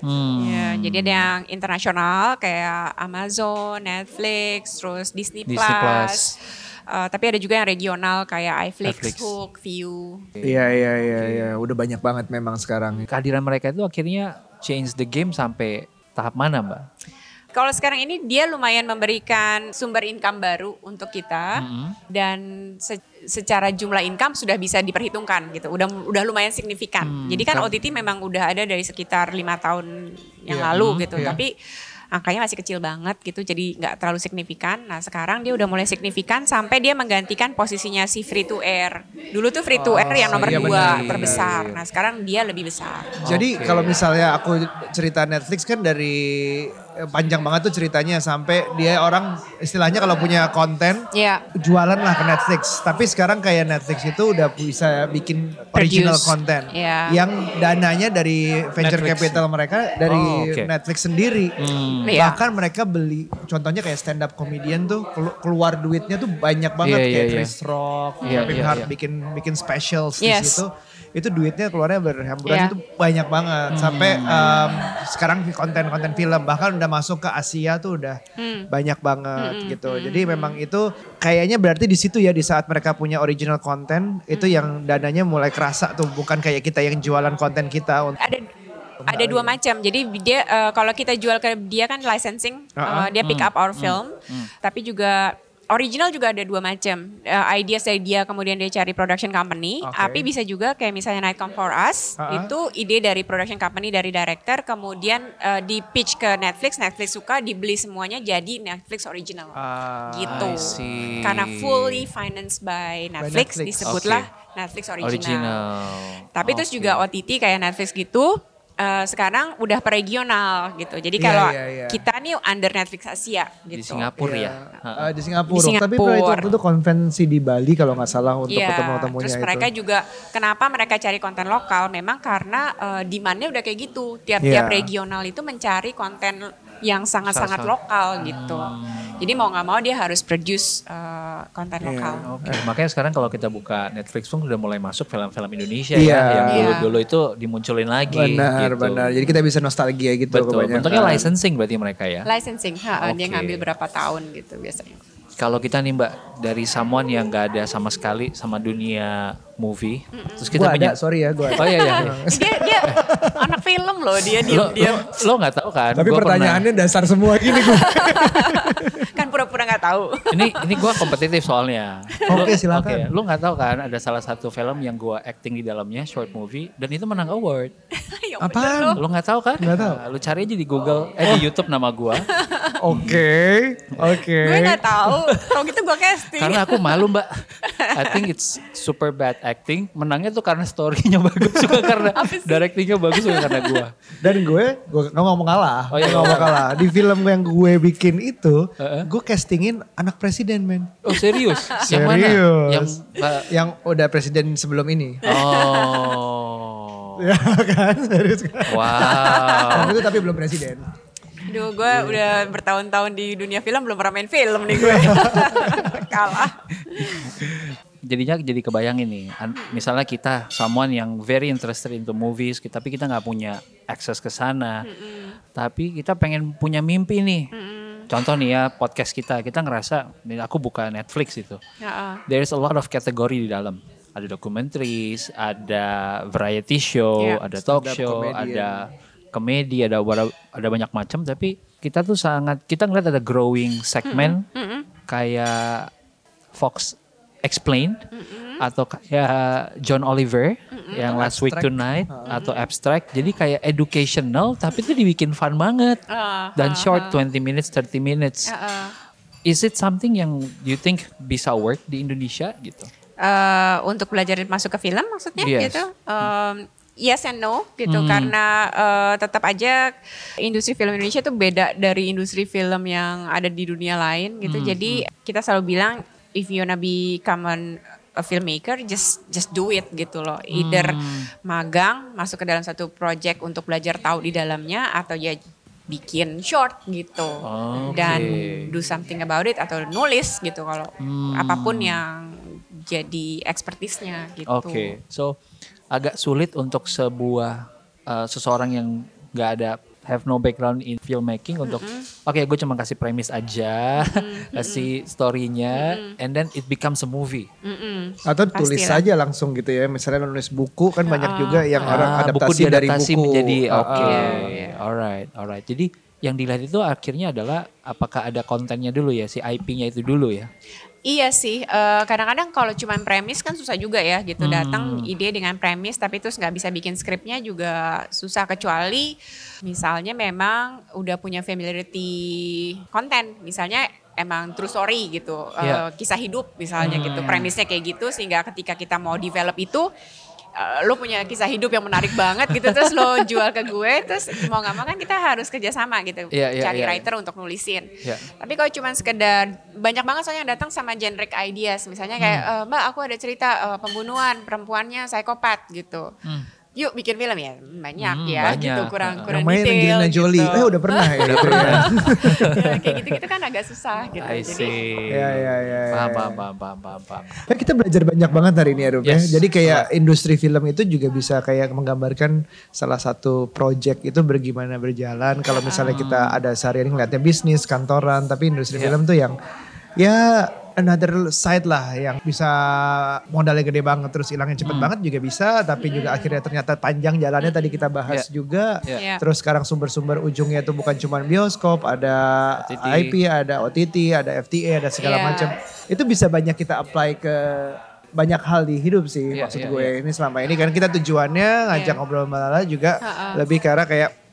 Ya, jadi ada yang internasional kayak Amazon, Netflix, terus Disney Disney Plus. Plus. Tapi ada juga yang regional kayak iFlix, iFlix. Hook, View. Iya. Udah banyak banget memang sekarang. Kehadiran mereka itu akhirnya change the game sampai tahap mana, Mbak? Kalau sekarang ini dia lumayan memberikan sumber income baru untuk kita, dan secara jumlah income sudah bisa diperhitungkan gitu. Udah lumayan signifikan. Jadi kan OTT memang udah ada dari sekitar 5 tahun yang lalu gitu. Iya. Tapi angkanya masih kecil banget gitu, jadi nggak terlalu signifikan. Nah sekarang dia udah mulai signifikan sampai dia menggantikan posisinya si free to air. Dulu tuh free to air yang nomor iya 2 benar. terbesar. Nah sekarang dia lebih besar. Jadi kalau misalnya aku cerita Netflix kan dari panjang banget tuh ceritanya sampai dia orang istilahnya kalau punya konten Iya. jualan lah ke Netflix. Tapi sekarang kayak Netflix itu udah bisa bikin original Produce. content. Iya. Yang dananya dari venture Netflix. capital mereka dari Oh, oke. Netflix sendiri. Iya. Bahkan mereka beli, contohnya kayak stand up comedian tuh keluar duitnya tuh banyak banget. Iya, Kayak iya, Chris Rock, Iya, Kevin iya, Hart iya. bikin specials di Yes. situ. Itu duitnya keluarnya berhamburan Iya. itu banyak banget. Sampai sekarang konten-konten film bahkan udah masuk ke Asia tuh udah banyak banget gitu. Jadi memang itu kayaknya berarti di situ ya, di saat mereka punya original konten itu yang dananya mulai kerasa tuh, bukan kayak kita yang jualan konten kita. Ada 2 macam. Jadi dia kalau kita jual ke dia kan licensing, dia pick up our film. Tapi juga original juga ada 2 macam. Ideas dari dia, kemudian dia cari production company. Oke. Tapi bisa juga kayak misalnya Night Come For Us, itu ide dari production company, dari director, kemudian di pitch ke Netflix, Netflix suka, dibeli semuanya jadi Netflix original. Gitu. I see. Karena fully financed by Netflix, Netflix. disebutlah Oke. Netflix Original. Tapi terus juga OTT kayak Netflix gitu, sekarang udah per regional gitu. Jadi kalau kita nih under Netflix Asia gitu. Di Singapura ya. Di Singapura. Tapi waktu itu konvensi di Bali kalau nggak salah untuk ketemu-temunya terus itu. mereka juga kenapa mereka cari konten lokal? Memang karena demand-nya udah kayak gitu. Tiap-tiap regional itu mencari konten yang sangat-sangat lokal gitu. Jadi mau nggak mau dia harus produce konten lokal. Makanya sekarang kalau kita buka Netflix pun udah mulai masuk film-film Indonesia yang dulu-dulu itu dimunculin lagi. Benar. Jadi kita bisa nostalgia gitu. Betul. Bentuknya licensing berarti mereka ya. Licensing, dia ngambil berapa tahun gitu biasanya. Kalau kita nih Mbak dari someone yang gak ada sama sekali sama dunia movie, terus kita punya. Sorry ya, gue. Oh iya. dia anak film loh, dia diam. Lo nggak tahu kan? Tapi pertanyaannya dasar semua gini gue. Kan pura-pura nggak tahu. Ini gue kompetitif soalnya. Oke, silakan. Lo nggak tahu kan? Ada salah satu film yang gue acting di dalamnya, short movie, dan itu menang award. Apaan? Lo nggak tahu kan? Nggak tahu. Lo cari aja di Google, di YouTube nama gue. Oke. Gue nggak tahu. Kalau gitu gue casting. Karena aku malu Mbak. I think it's super bad acting. Menangnya tuh karena story-nya bagus, bukan karena directing-nya bagus, bukan karena gue. Dan gue nggak mau kalah. Nggak mau kalah. Di film yang gue bikin itu, gue castingin anak presiden, men. Oh serius? Yang mana? Yang udah presiden sebelum ini. Oh. Ya kan, serius kan. Wow. Itu tapi belum presiden. Duh, gue udah bertahun-tahun di dunia film belum pernah main film nih gue. Kalah. Jadinya jadi kebayangin nih, misalnya kita someone yang very interested into movies, tapi kita nggak punya akses ke sana, tapi kita pengen punya mimpi nih. Contoh nih ya podcast kita ngerasa, aku buka Netflix itu, there is a lot of category di dalam. Ada documentaries, ada variety show, ada talk show, ada komedi, ada banyak macam, tapi kita tuh kita ngeliat ada growing segmen kayak Fox Explained atau kayak John Oliver yang Last Week Tonight atau Abstract. Jadi kayak educational tapi itu dibikin fun banget. Dan short 20 minutes, 30 minutes. Is it something yang you think bisa work di Indonesia gitu? Untuk belajar masuk ke film maksudnya gitu? Yes and no gitu karena tetap aja industri film Indonesia tuh beda dari industri film yang ada di dunia lain gitu. Jadi kita selalu bilang if you wanna become a filmmaker just do it gitu loh. Either magang masuk ke dalam satu project untuk belajar tahu di dalamnya atau ya bikin short gitu. Dan do something about it atau nulis gitu kalau apapun yang jadi expertise-nya gitu. Oke. So agak sulit untuk seseorang yang nggak ada have no background in filmmaking untuk gue cuma kasih premis aja, kasih story-nya, and then it becomes a movie. Atau tulis saja langsung gitu ya, misalnya nulis buku kan banyak juga yang orang adaptasi dari buku menjadi alright. Jadi yang dilihat itu akhirnya adalah apakah ada kontennya dulu ya, si IP-nya itu dulu ya. Iya sih, kadang-kadang kalau cuma premis kan susah juga ya gitu, datang ide dengan premis tapi terus nggak bisa bikin skripnya juga susah, kecuali misalnya memang udah punya familiarity konten, misalnya emang true story gitu, kisah hidup misalnya gitu, premisnya kayak gitu sehingga ketika kita mau develop itu lo punya kisah hidup yang menarik banget gitu terus lo jual ke gue, terus mau nggak mau kan kita harus kerjasama gitu, cari writer untuk nulisin. Tapi kalau cuma sekedar, banyak banget soalnya yang datang sama generic ideas, misalnya kayak Mbak aku ada cerita pembunuhan, perempuannya psikopat gitu. Yuk bikin film ya, banyak gitu, kurang yang main detail Angelina Jolie gitu. Udah pernah ya. Kayak gitu-gitu kan agak susah gitu. I see. Ya. Paham. Kita belajar banyak banget hari ini ya Rup ya. Jadi kayak industri film itu juga bisa kayak menggambarkan salah satu project itu bagaimana berjalan. Kalau misalnya kita ada sehari-hari ngeliatnya bisnis, kantoran, tapi industri film tuh yang ya another side lah, yang bisa modalnya gede banget terus hilangnya cepet banget juga bisa, tapi juga akhirnya ternyata panjang jalannya tadi kita bahas juga. Terus sekarang sumber-sumber ujungnya itu bukan cuma bioskop, ada OTT. IP, ada OTT, ada FTA, ada segala macam. Itu bisa banyak kita apply ke banyak hal di hidup sih, maksud gue. Ini selama ini kan kita tujuannya ngajak ngobrol sama Lala juga lebih ke arah kayak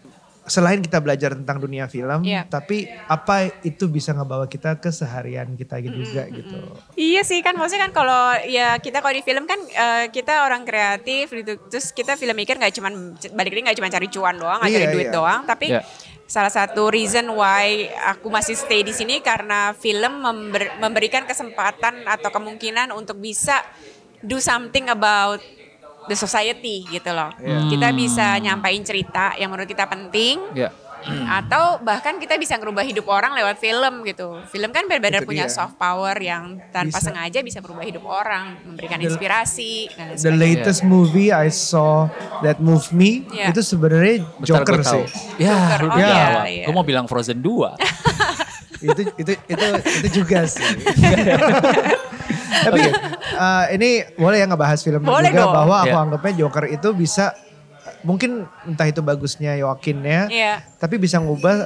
selain kita belajar tentang dunia film, tapi apa itu bisa ngebawa kita ke seharian kita juga gitu. Iya sih kan, maksudnya kan kalau ya kita kalau di film kan kita orang kreatif gitu, terus kita filmmaker nggak cuman balik lagi nggak cuma cari cuan doang, nggak cari duit doang, tapi salah satu reason why aku masih stay di sini karena film memberikan kesempatan atau kemungkinan untuk bisa do something about the society gitu loh. Kita bisa nyampain cerita yang menurut kita penting. Atau bahkan kita bisa ngerubah hidup orang lewat film gitu. Film kan benar-benar punya soft power yang tanpa sengaja bisa merubah hidup orang, memberikan inspirasi. The latest movie I saw that moved me itu sebenarnya Joker sih. Gue mau bilang Frozen 2. itu juga sih. Tapi ini boleh ya ngebahas film boleh juga dong. Bahwa aku anggapnya Joker itu bisa mungkin entah itu bagusnya Joaquin ya, tapi bisa ngubah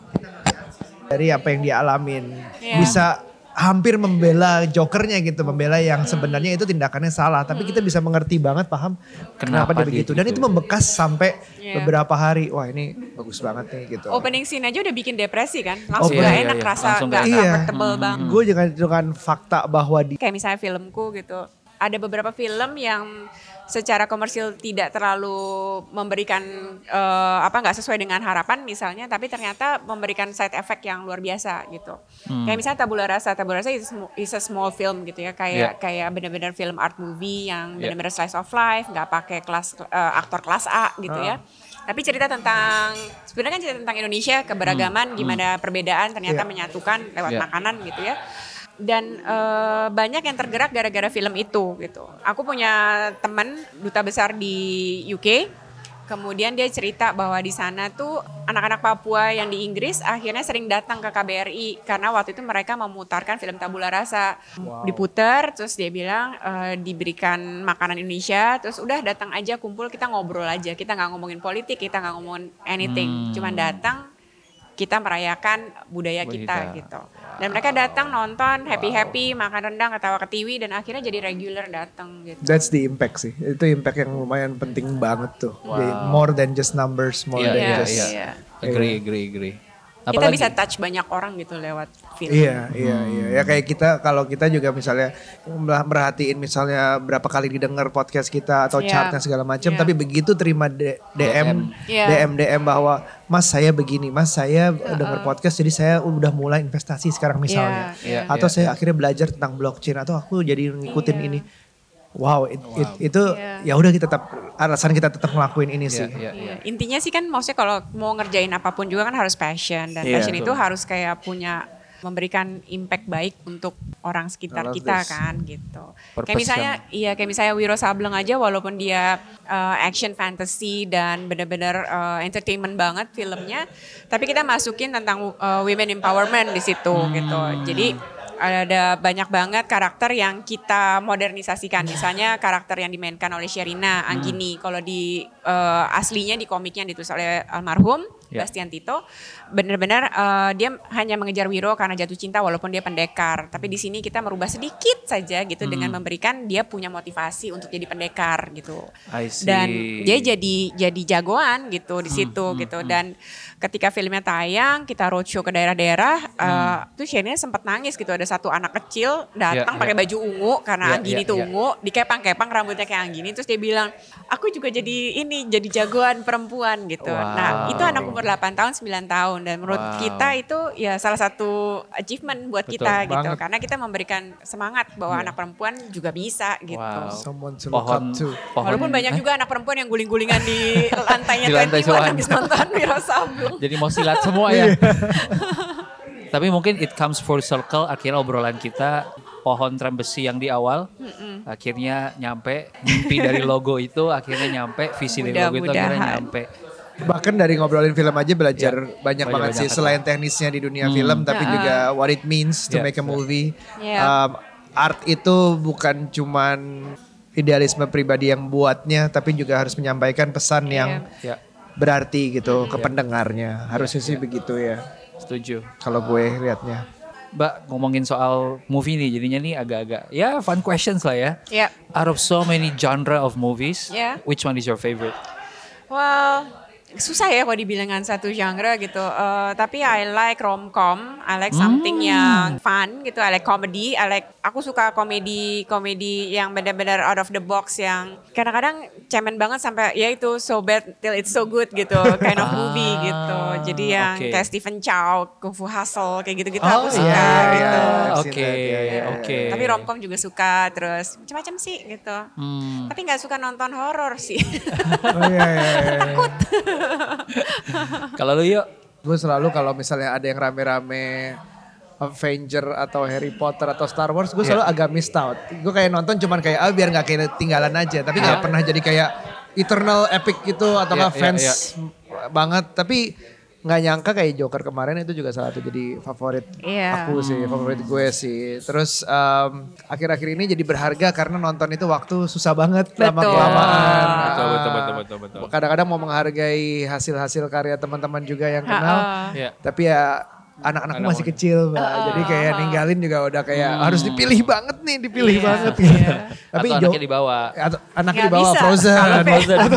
dari apa yang dia alamin. Bisa hampir membela Jokernya gitu, membela yang sebenarnya itu tindakannya salah, tapi kita bisa mengerti banget, paham kenapa dia begitu. Dan itu membekas sampai beberapa hari. Wah ini bagus banget nih gitu. Opening scene aja udah bikin depresi kan, langsung gak enak, rasa gak comfortable banget. Gue dengan fakta bahwa kayak misalnya filmku gitu, ada beberapa film yang secara komersil tidak terlalu memberikan nggak sesuai dengan harapan misalnya, tapi ternyata memberikan side effect yang luar biasa gitu. Kayak misalnya Tabula Rasa is a small film gitu ya, kayak benar-benar film art movie yang benar-benar slice of life, nggak pakai aktor kelas A gitu ya. Tapi cerita sebenarnya kan cerita tentang Indonesia, keberagaman, gimana perbedaan ternyata menyatukan lewat makanan gitu ya. Dan banyak yang tergerak gara-gara film itu gitu. Aku punya teman duta besar di UK, kemudian dia cerita bahwa di sana tuh anak-anak Papua yang di Inggris akhirnya sering datang ke KBRI karena waktu itu mereka memutarkan film Tabula Rasa. Diputar, terus dia bilang diberikan makanan Indonesia, terus udah datang aja kumpul, kita ngobrol aja, kita nggak ngomongin politik, kita nggak ngomongin anything, cuman datang kita merayakan budaya kita gitu. Dan mereka datang nonton, happy-happy, makan rendang, ketawa ketiwi, dan akhirnya jadi regular datang gitu. That's the impact sih. Itu impact yang lumayan penting banget tuh. More than just numbers, more than just. Agree. Kita bisa touch banyak orang gitu lewat film. Iya. Ya kayak kalau kita juga misalnya merhatiin misalnya berapa kali didengar podcast kita atau chartnya segala macam, tapi begitu terima DM bahwa Mas saya begini, Mas saya dengar podcast jadi saya udah mulai investasi sekarang misalnya. Atau saya akhirnya belajar tentang blockchain atau aku jadi ngikutin ini. Wow, itu ya udah kita alasan kita tetap ngelakuin ini sih. Intinya sih kan maksudnya kalau mau ngerjain apapun juga kan harus passion, dan passion itu harus kayak punya memberikan impact baik untuk orang sekitar kita kan gitu. Kayak misalnya Wiro Sableng aja, walaupun dia action fantasy dan benar-benar entertainment banget filmnya, tapi kita masukin tentang women empowerment di situ gitu. Jadi ada banyak banget karakter yang kita modernisasikan. Misalnya karakter yang dimainkan oleh Sherina Anggini. Kalau di aslinya di komiknya ditulis oleh almarhum Bastian Tito, benar-benar dia hanya mengejar Wiro karena jatuh cinta walaupun dia pendekar. Tapi di sini kita merubah sedikit saja gitu dengan memberikan dia punya motivasi untuk jadi pendekar gitu. Dan dia jadi jagoan gitu di situ gitu. Dan ketika filmnya tayang, kita roadshow ke daerah-daerah, tuh Sherina sempat nangis gitu. Ada satu anak kecil datang pakai baju ungu karena Anggini tuh ungu, dikepang-kepang rambutnya kayak Anggini, terus dia bilang, aku juga jadi jagoan perempuan gitu. Nah itu anak umur 8 tahun, 9 tahun, dan menurut kita itu ya salah satu achievement buat kita gitu, karena kita memberikan semangat bahwa anak perempuan juga bisa gitu. Walaupun banyak juga anak perempuan yang guling-gulingan di lantainya 21 habis nonton Wiro Sableng. Jadi mau silat semua ya. Tapi mungkin it comes full circle, akhirnya obrolan kita pohon tram besi yang di awal akhirnya nyampe, mimpi dari logo itu akhirnya nyampe, visi dari logo itu akhirnya nyampe. Bahkan dari ngobrolin film aja belajar banyak banget sih, selain teknisnya di dunia film, tapi juga what it means to make a movie. Art itu bukan cuman idealisme pribadi yang buatnya, tapi juga harus menyampaikan pesan yang berarti gitu ke pendengarnya. Harusnya sih begitu ya. Setuju. Kalau gue liatnya. Mbak, ngomongin soal movie nih, jadinya nih agak-agak fun questions lah ya. Out of so many genre of movies, which one is your favorite? Well, susah ya kalau dibilangan satu genre gitu. Tapi I like rom-com, I like something yang fun gitu, I like comedy, aku suka komedi yang benar-benar out of the box yang kadang-kadang cemen banget sampai ya itu so bad till it's so good gitu, kind of movie gitu. Jadi yang kayak Stephen Chow, Kung Fu Hustle kayak gitu-gitu aku suka gitu. Oke. Tapi rom-com juga suka, terus macam-macam sih gitu. Tapi nggak suka nonton horor sih. Takut. Kalau lu yuk? Gue selalu kalau misalnya ada yang rame-rame Avenger atau Harry Potter atau Star Wars, gue selalu agak missed out. Gue kayak nonton cuman kayak biar gak kayak tinggalan aja. Tapi gak pernah jadi kayak eternal epic gitu atau fans banget. Tapi gak nyangka kayak Joker kemarin itu juga salah satu jadi favorit aku sih, favorit gue sih. Terus akhir-akhir ini jadi berharga karena nonton itu waktu susah banget, lama-kelamaan. Betul. Kadang-kadang mau menghargai hasil-hasil karya teman-teman juga yang kenal. Tapi ya anak-anakku masih kecil Mbak. Jadi kayak ninggalin juga udah kayak harus dipilih banget nih, banget gitu. Tapi atau anaknya dibawa. Anaknya dibawa Frozen.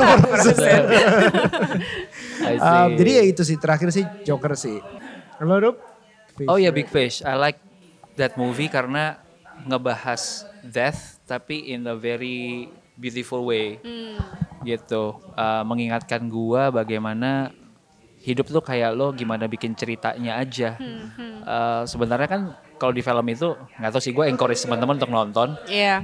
Jadi ya itu sih terakhir sih Joker sih. Halo Rup? Oh ya Big Fish, I like that movie karena ngebahas death tapi in a very beautiful way gitu. Mengingatkan gua bagaimana hidup tuh kayak lo gimana bikin ceritanya aja. Sebenarnya kan kalau di film itu nggak tahu sih, gue encourage teman-teman untuk nonton.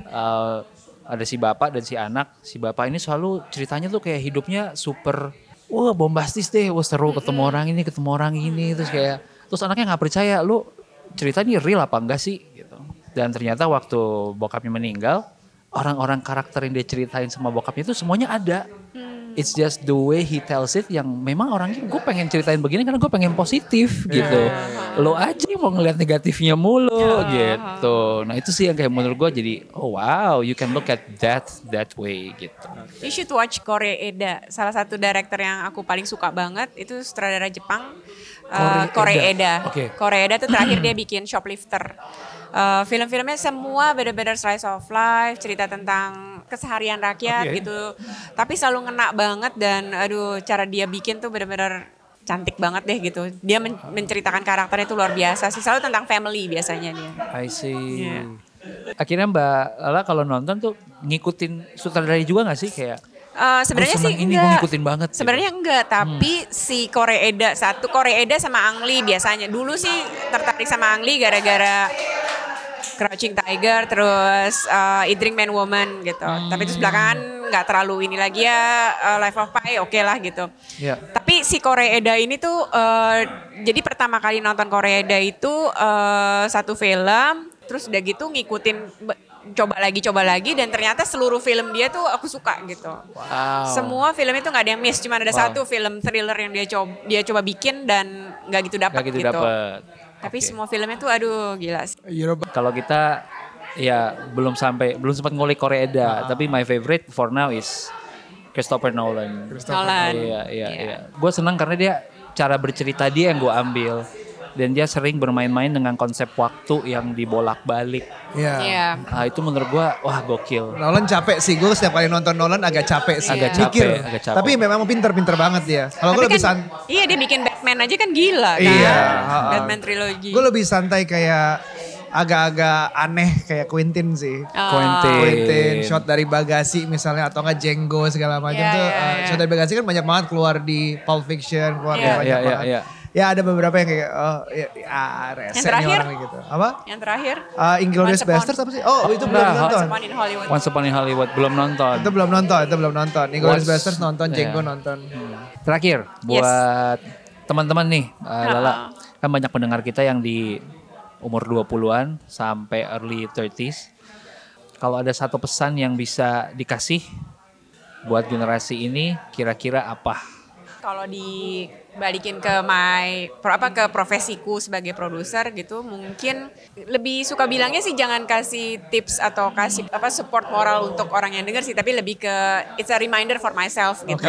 Ada si bapak dan si anak. Si bapak ini selalu ceritanya tuh kayak hidupnya super bombastis deh, seru ketemu orang ini terus anaknya nggak percaya, lu cerita ini real apa enggak sih gitu. Dan ternyata waktu bokapnya meninggal, orang-orang karakter yang dia ceritain sama bokapnya itu semuanya ada. It's just the way he tells it yang memang orangnya gue pengen ceritain begini karena gue pengen positif gitu. Lo aja yang mau ngeliat negatifnya mulu gitu. Nah itu sih yang kayak menurut gue jadi oh wow, you can look at that way gitu. You should watch Koreeda. Salah satu director yang aku paling suka banget itu sutradara Jepang. Koreeda. Koreeda tuh terakhir dia bikin Shoplifter. Film-filmnya semua benar-benar slice of life, cerita tentang keseharian rakyat gitu. Tapi selalu ngena banget dan aduh cara dia bikin tuh benar-benar cantik banget deh gitu. Dia menceritakan karakternya itu luar biasa sih. Selalu tentang family biasanya dia. I see. Akhirnya Mbak Lala kalau nonton tuh ngikutin sutradara juga gak sih kayak? Sebenarnya sih ini gue ngikutin banget. Sebenarnya enggak, tapi si Koreeda sama Ang Lee biasanya. Dulu sih tertarik sama Ang Lee gara-gara Crouching Tiger, terus Eat Drink Man Woman gitu. Tapi terus belakangan nggak terlalu ini lagi ya, Life of Pi oke lah gitu. Tapi si Koreeda ini tuh jadi pertama kali nonton Koreeda itu satu film, terus udah gitu ngikutin coba lagi dan ternyata seluruh film dia tuh aku suka gitu. Semua film itu nggak ada yang miss, cuma ada satu film thriller yang dia coba bikin dan nggak gitu dapat gitu. Tapi semua filmnya tuh aduh gila sih. Kalau kita ya belum sempat ngulik Koreeda, tapi my favorite for now is Christopher Nolan. Iya. Gue senang karena dia cara bercerita dia yang gue ambil. Dan dia sering bermain-main dengan konsep waktu yang dibolak-balik. Nah, itu menurut gue, wah gokil. Nolan capek sih, gue setiap kali nonton Nolan agak capek sih. Agak capek. Tapi memang pinter-pinter banget dia. Kalau gue lebih iya dia bikin Batman aja kan gila kan. Batman trilogi. Gue lebih santai kayak agak-agak aneh kayak Quentin sih. Quentin, shot dari bagasi misalnya atau enggak Django segala macam tuh. Shot dari bagasi kan banyak banget keluar di Pulp Fiction, keluar banyak banget. Ya ada beberapa yang kayak rese nih orang gitu. Apa? Yang terakhir? Inglourious Basterds apa sih? Oh itu belum nonton. Once Upon in Hollywood belum nonton. Itu belum nonton. Inglourious Basterds nonton, Django nonton. Terakhir buat teman-teman nih, Lala. Kan banyak pendengar kita yang di umur 20-an sampai early 30s. Kalau ada satu pesan yang bisa dikasih buat generasi ini, kira-kira apa? Kalau dibalikin ke ke profesiku sebagai produser gitu, mungkin lebih suka bilangnya sih jangan kasih tips atau kasih support moral untuk orang yang dengar sih, tapi lebih ke it's a reminder for myself gitu.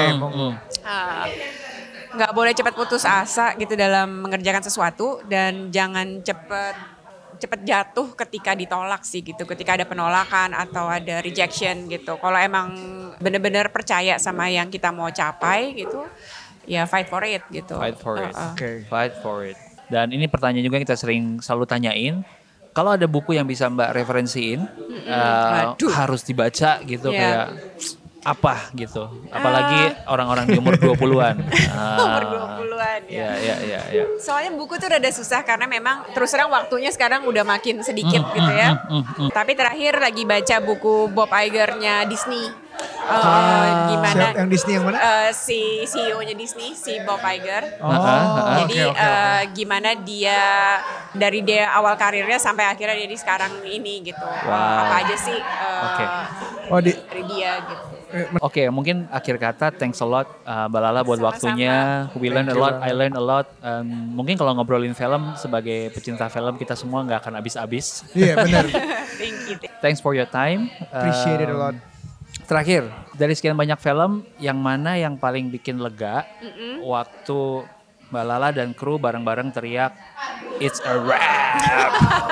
Nggak boleh cepat putus asa gitu dalam mengerjakan sesuatu, dan jangan cepet jatuh ketika ditolak sih gitu, ketika ada penolakan atau ada rejection gitu. Kalau emang benar-benar percaya sama yang kita mau capai gitu, ya fight for it gitu. Fight for it. Oke. Fight for it. Dan ini pertanyaan juga yang kita sering selalu tanyain. Kalau ada buku yang bisa Mbak referensiin, harus dibaca gitu kayak apa gitu. Apalagi orang-orang di umur 20-an. Umur 20-an ya. Ya. Soalnya buku tuh rada susah karena memang terus terang waktunya sekarang udah makin sedikit gitu ya. Tapi terakhir lagi baca buku Bob Iger-nya Disney. Gimana yang Disney yang mana? Si CEO-nya Disney, si Bob Iger. Jadi okay. gimana dia dari dia awal karirnya sampai akhirnya dia di sekarang ini gitu. Apa aja sih dari dia gitu. Oke, mungkin akhir kata thanks a lot Mbak Lala buat waktunya. We learn a lot, I learn a lot. Mungkin kalau ngobrolin film sebagai pecinta film kita semua nggak akan habis-habis. Iya benar. Thank you. Thanks for your time. Appreciate it a lot. Terakhir, dari sekian banyak film, yang mana yang paling bikin lega waktu Mbak Lala dan kru bareng-bareng teriak, "It's a wrap."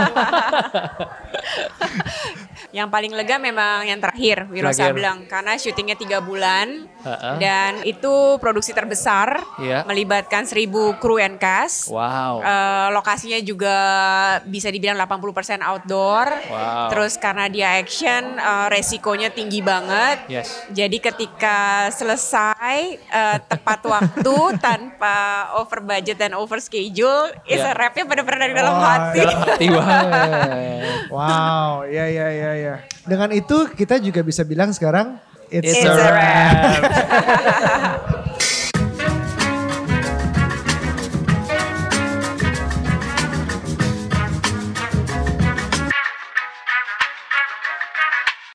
Yang paling lega memang yang terakhir, Wiro Sableng, karena syutingnya 3 bulan dan itu produksi terbesar, melibatkan 1.000 kru and cast. Wow. Lokasinya juga bisa dibilang 80% outdoor. Wow. Terus karena dia action, resikonya tinggi banget. Yes. Jadi ketika selesai tepat waktu tanpa over budget dan over schedule, rapnya benar-benar dari dalam hati. Dalam hati banget. Wow, ya. Dengan itu kita juga bisa bilang sekarang It's a wrap.